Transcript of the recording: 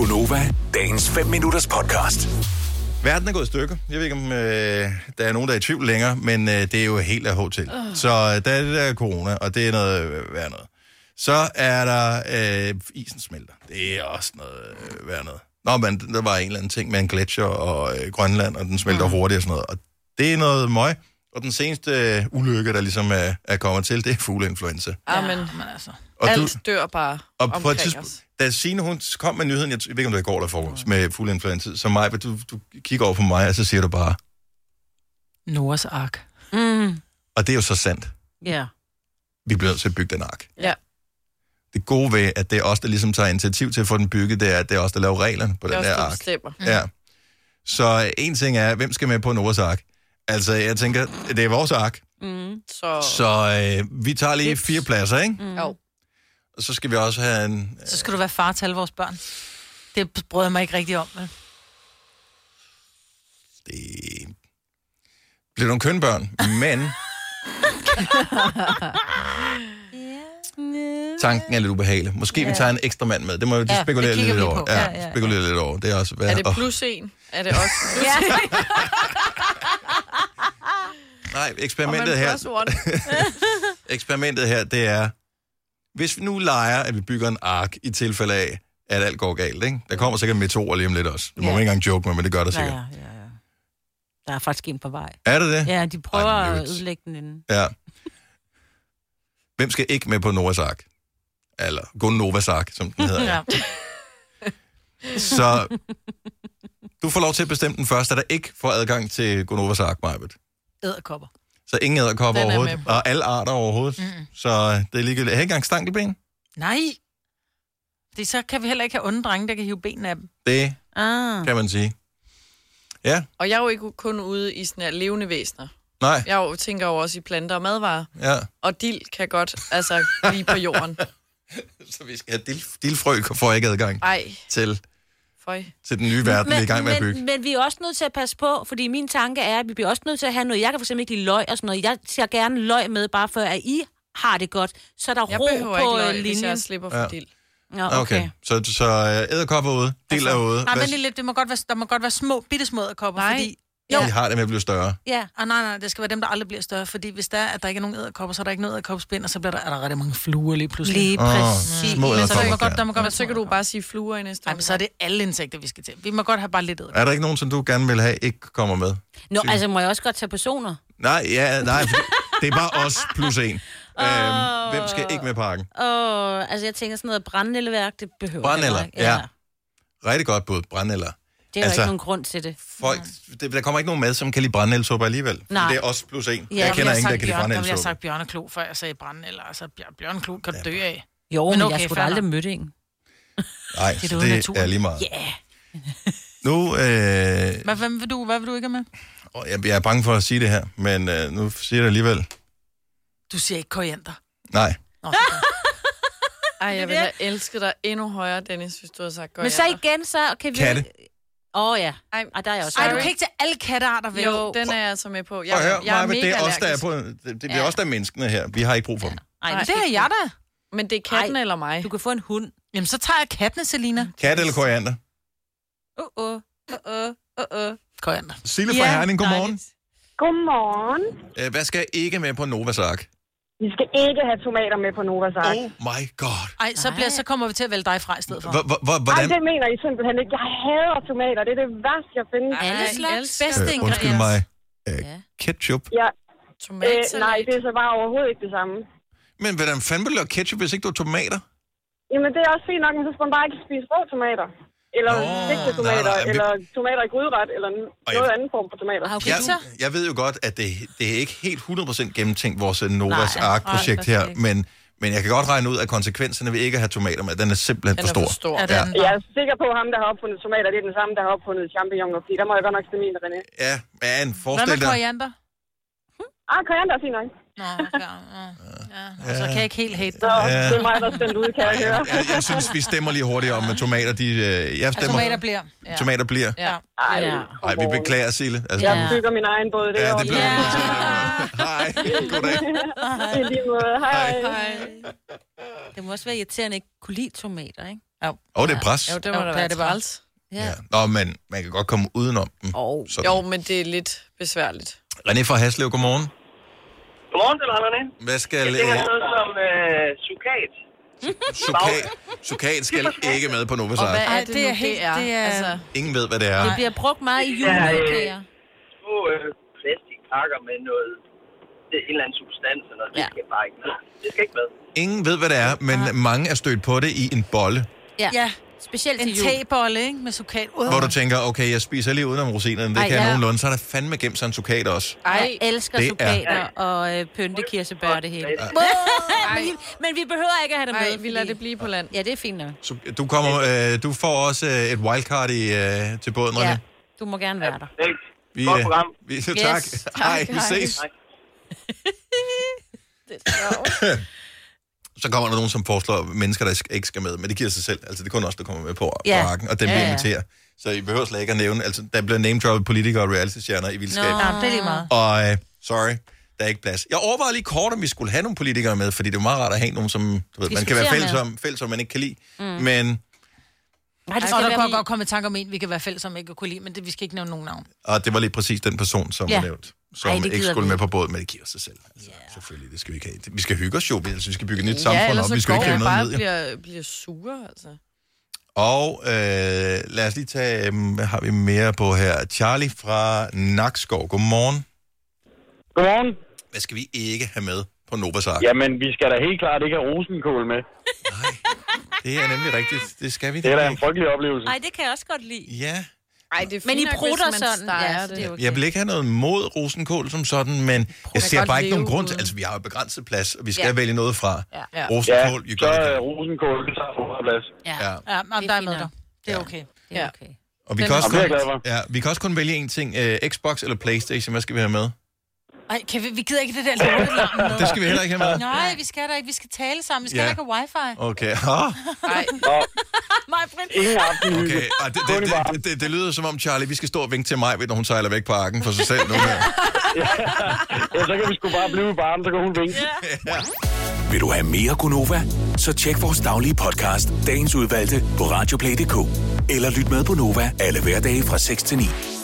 Gonova, dagens 5 minutters podcast. Verden er gået i stykker. Jeg ved ikke, om der er nogen, der er i tvivl længere, men det er jo helt af til. Så der er det der corona, og det er noget værd noget. Så er der isen smelter. Det er også noget værd noget. Nå, men der var en eller anden ting med en gletsjer og Grønland, og den smelter hurtigt og sådan noget. Og det er noget møg. Og den seneste ulykke, der ligesom er kommet til, det er fugleinfluenza. Men altså, og alt dør bare og på et omkring os. Da Signe, hun kom med nyheden, jeg ved ikke, om det er i går eller forgårs, med fugleinfluenza, så Maja, du kigger over på mig, og så siger du bare... Noahs ark. Og det er jo så sandt. Ja. Vi bliver nødt til at bygge den ark. Ja. Det gode ved, at det er os, der ligesom tager initiativ til at få den bygget, det er, at det er os, der laver reglerne på den her ark. Ja. Så en ting er, hvem skal med på Noahs ark? Altså, jeg tænker, det er vores ark. Så vi tager lige 4 pladser, ikke? Jo. Og så skal vi også have en... Så skal du være far til alle vores børn. Det brød jeg mig ikke rigtig om, vel? Det bliver nogle kønbørn, men... Tanken er lidt ubehagelig. Måske vi tager en ekstra mand med. Det må vi spekulere lidt over. Ja, spekulere lidt over. Det er også Er det plus en? Er det også plus en? Nej, eksperimentet her, det er, hvis vi nu leger, at vi bygger en ark i tilfælde af, at alt går galt, ikke? Der kommer sikkert meteorer lige om lidt også. Det må man ikke engang joke med, men det gør der sikkert. Ja. Der er faktisk en på vej. Er det det? Ja, de prøver at ødelægge den inden. Ja. Hvem skal ikke med på Noahs ark? Eller Gonovas ark, som den hedder. Ja. Så du får lov til at bestemme den første, der ikke får adgang til Gonovas ark, Majbet. Edderkopper. Så ingen edderkopper Den er overhovedet, med på. og alle arter overhovedet. Så det er ligegyldigt. Jeg har ikke engang stankelben. Nej. Det så kan vi heller ikke have onde drenge, der kan hive benene af dem. Det kan man sige. Ja, Og jeg er jo ikke kun ude i sådan her levende væsener. nej, Jeg tænker jo også i planter og madvarer. ja. Og dild kan godt blive på jorden. Så vi skal have dildfrø, får ikke adgang Ej, til føj. den nye verden, vi er i gang med at bygge. Men vi er også nødt til at passe på, fordi min tanke er, at vi bliver også nødt til at have noget. Jeg kan for eksempel ikke lide løg og sådan noget. Jeg tager gerne løg med, bare for at I har det godt. Så er der Jeg ro behøver på ikke løg, hvis linjen. jeg slipper for dild. Nå, Okay, så æderkopper ude, dild er ude. Nej, men lige lidt. Det må godt være, der må godt være små, bittesmå edderkopper, Nej. fordi... De har det med at blive større. Ja. Nej, det skal være dem, der aldrig bliver større, fordi hvis der er, at der ikke er nogen edderkopper, så er der ikke noget edderkopspind, og så bliver der, er der rigtig mange fluer lige pludselig. Lige præcis. Små Men så der må edderkopper. godt, der må godt Men være så kan du bare sige fluer i næste Nej, men så er det alle insekter, vi skal til. Vi må godt have bare lidt edderkopper. Er der ikke nogen, som du gerne vil have, ikke kommer med? Nå, altså må jeg også godt tage personer? Nej, det er bare os plus en. Hvem skal ikke med pakken? Altså jeg tænker sådan noget brændenældeværk, det behøver Brændenælder, jeg ikke. ja. Rigtig godt bud, brændenælder. Det er jo ikke nogen grund til det. Folk, der kommer ikke nogen mad, som kan lide brændenældesuppe alligevel. Nej. Det er os plus en. Ja, Jeg kender ingen, der kan lide Jeg ville have brændenældesuppe. sagt bjørneklo, før jeg sagde brænde, eller altså bjørneklo kan du dø af. Jo, men okay, jeg skulle fair da aldrig nok. mødt en. Nej, Det er så ude i det naturen. er lige meget. Ja. Nu, Hvad vil du ikke have med? jeg er bange for at sige det her, men nu siger jeg det alligevel. Du siger ikke koriander. Nej. Nå, så godt. Ej, jeg ville have elsket dig endnu højere, Dennis, hvis du havde sagt godt. Men så igen, så kan vi... Katte. Ja. Ej, Og der er jeg også. Ej, du kan ikke til alle kattearter, vel? Jo, den er jeg altså med på. Prøv at høre, jeg er Maja, mega det er os, der er allergisk. på... Det er os, der er menneskene her. Vi har ikke brug for dem. Ej, Men det er jeg da. Men det er katten eller mig. Du kan få en hund. Jamen, så tager jeg kattene, Selina. Katte eller koriander? Koriander. Sille fra Herning, godmorgen. Godmorgen. Hvad skal ikke med på Novas ark? Vi skal ikke have tomater med på Novas ark. Oh my god. Ej, så kommer vi til at vælge dig fra i stedet for. Ej, Hvordan? det mener I simpelthen ikke. Jeg hader tomater. Det er det værste, jeg findes. Alle slags bedste Undskyld mig. Ja. Ketchup? Ja. Tomatsalat. Nej, det er så bare overhovedet ikke det samme. Men hvordan fanden vil du lave ketchup, hvis ikke du har tomater? Jamen, det er også fint nok, men så skal man bare ikke spise rå tomater. Eller stegte tomater, nej, eller tomater i gryderet, eller noget anden form for tomater. Ah, okay, Jeg ved jo godt, at det er ikke helt 100% gennemtænkt, vores Novas Ark-projekt her, men jeg kan godt regne ud, at konsekvenserne ved ikke at have tomater med, den er simpelthen for stor. Ja, det er den Jeg bare. er sikker på, at ham, der har opfundet tomater, det er den samme, der har opfundet champignoner, fordi der må jeg godt nok stemme en, René. Ja, men Hvad forestil med dig... koriander? Koriander er fint nok. Nå, ja. Så kan jeg ikke helt hate Så dig. det er mig, der er stemt ud, kan jeg høre. Jeg synes, vi stemmer lige hurtigt om, at tomater, jeg stemmer... Tomater bliver. Ja. Tomater bliver. Ja. Ej, vi beklager, Sille. Altså, Jeg bygger min egen båd, det er det også. bliver vi nødt til. Hej, goddag. I lige måde. Hej. Det må også være irriterende, ikke kunne lide tomater, ikke? Det er pres. Jo, det må da være træls. Ja. Nå, men man kan godt komme udenom dem. Jo, men det er lidt besværligt. René fra Haslev, godmorgen. Godmorgen til René. Hvad skal... Jeg tænker noget som sukat. Sukat skal ikke med på Novas Og Ark. hvad er det, det er? Altså, Ingen ved, hvad det er. Det bliver brugt meget i juleudkager. Små plastikpakker med noget, en eller anden substans eller noget. Det skal bare ikke med. Det skal ikke med. Ingen ved, hvad det er, men mange er stødt på det i en bolle. Ja. Specielt til En jul. tebolle, ikke? Med sukat. Hvor du tænker, okay, jeg spiser lige udenom rosinerne, det kan jeg nogenlunde, så er der fandme gemt sig en sukat også. Jeg elsker Det sukater og pyntekirsebær det hele. Men vi behøver ikke at have det med. Nej, vi lader det blive på land. Ja, det er fint nok. Så du får også et wildcard til båden, René. Ja, du må gerne være der. Godt program. Tak. Hej, vi ses. Det er Så kommer der nogen, som foreslår mennesker, der ikke skal med, men det giver sig selv. Altså, det er kun os, der kommer med på arken, og dem vi inviterer. Så I behøver slet ikke at nævne. Altså, der bliver name-droppet politikere og reality-stjerner i vildskab. Nå, det er lige meget. Og sorry, der er ikke plads. Jeg overvejede lige kort, om vi skulle have nogle politikere med, fordi det er meget rart at have nogen, som du ved, man kan være fælles om, man ikke kan lide. Men... Nej, det skal der godt komme i tanke om en, vi kan være fælles om ikke kunne lide, men vi skal ikke nævne nogen navn. Og det var lige præcis den person, som var nævnt, som ikke skulle med på båden, men det giver sig selv. Altså, selvfølgelig, det skal vi ikke have. Vi skal hygge os jo, altså, vi skal bygge et nyt samfund op, vi skal ikke have noget ned. Ja, bliver sure, altså. Og lad os lige tage, hvad har vi mere på her? Charlie fra Nakskov, godmorgen. Godmorgen. Hvad skal vi ikke have med på Novas Ark? Jamen, vi skal da helt klart ikke have rosenkål med. Nej, det er nemlig rigtigt. Det skal vi det er da ikke. en frygtelig oplevelse. Nej, det kan jeg også godt lide. Ja. Ej, det er Men I nok, prutter hvis man sådan. steger Det er okay. Jeg vil ikke have noget mod rosenkål som sådan, men jeg ser bare ikke nogen grund til, altså vi har jo begrænset plads, og vi skal vælge noget fra. Ja. Rosenkål, så er rosenkål, det tager for plads. Ja, men der er med dig. Det er okay. Det er okay. Og vi kan også kun vælge én ting, Xbox eller PlayStation, hvad skal vi have med? Ej, vi gider ikke det der lortelarm med. Det skal vi heller ikke have med. Nej, vi skal da ikke. Vi skal tale sammen. Vi skal ikke have wifi. Okay. Nej. Ingen aften. Okay. Det lyder som om, Charlie, vi skal stå og vinke til mig, når hun sejler væk på arken for sig selv nu her. Ja, så kan vi sgu bare blive i baren, så kan hun vinke. Vil du have mere Gunova? Så tjek vores daglige podcast, dagens udvalgte, på radioplay.dk. Eller lyt med på Nova alle hverdage fra 6 til 9.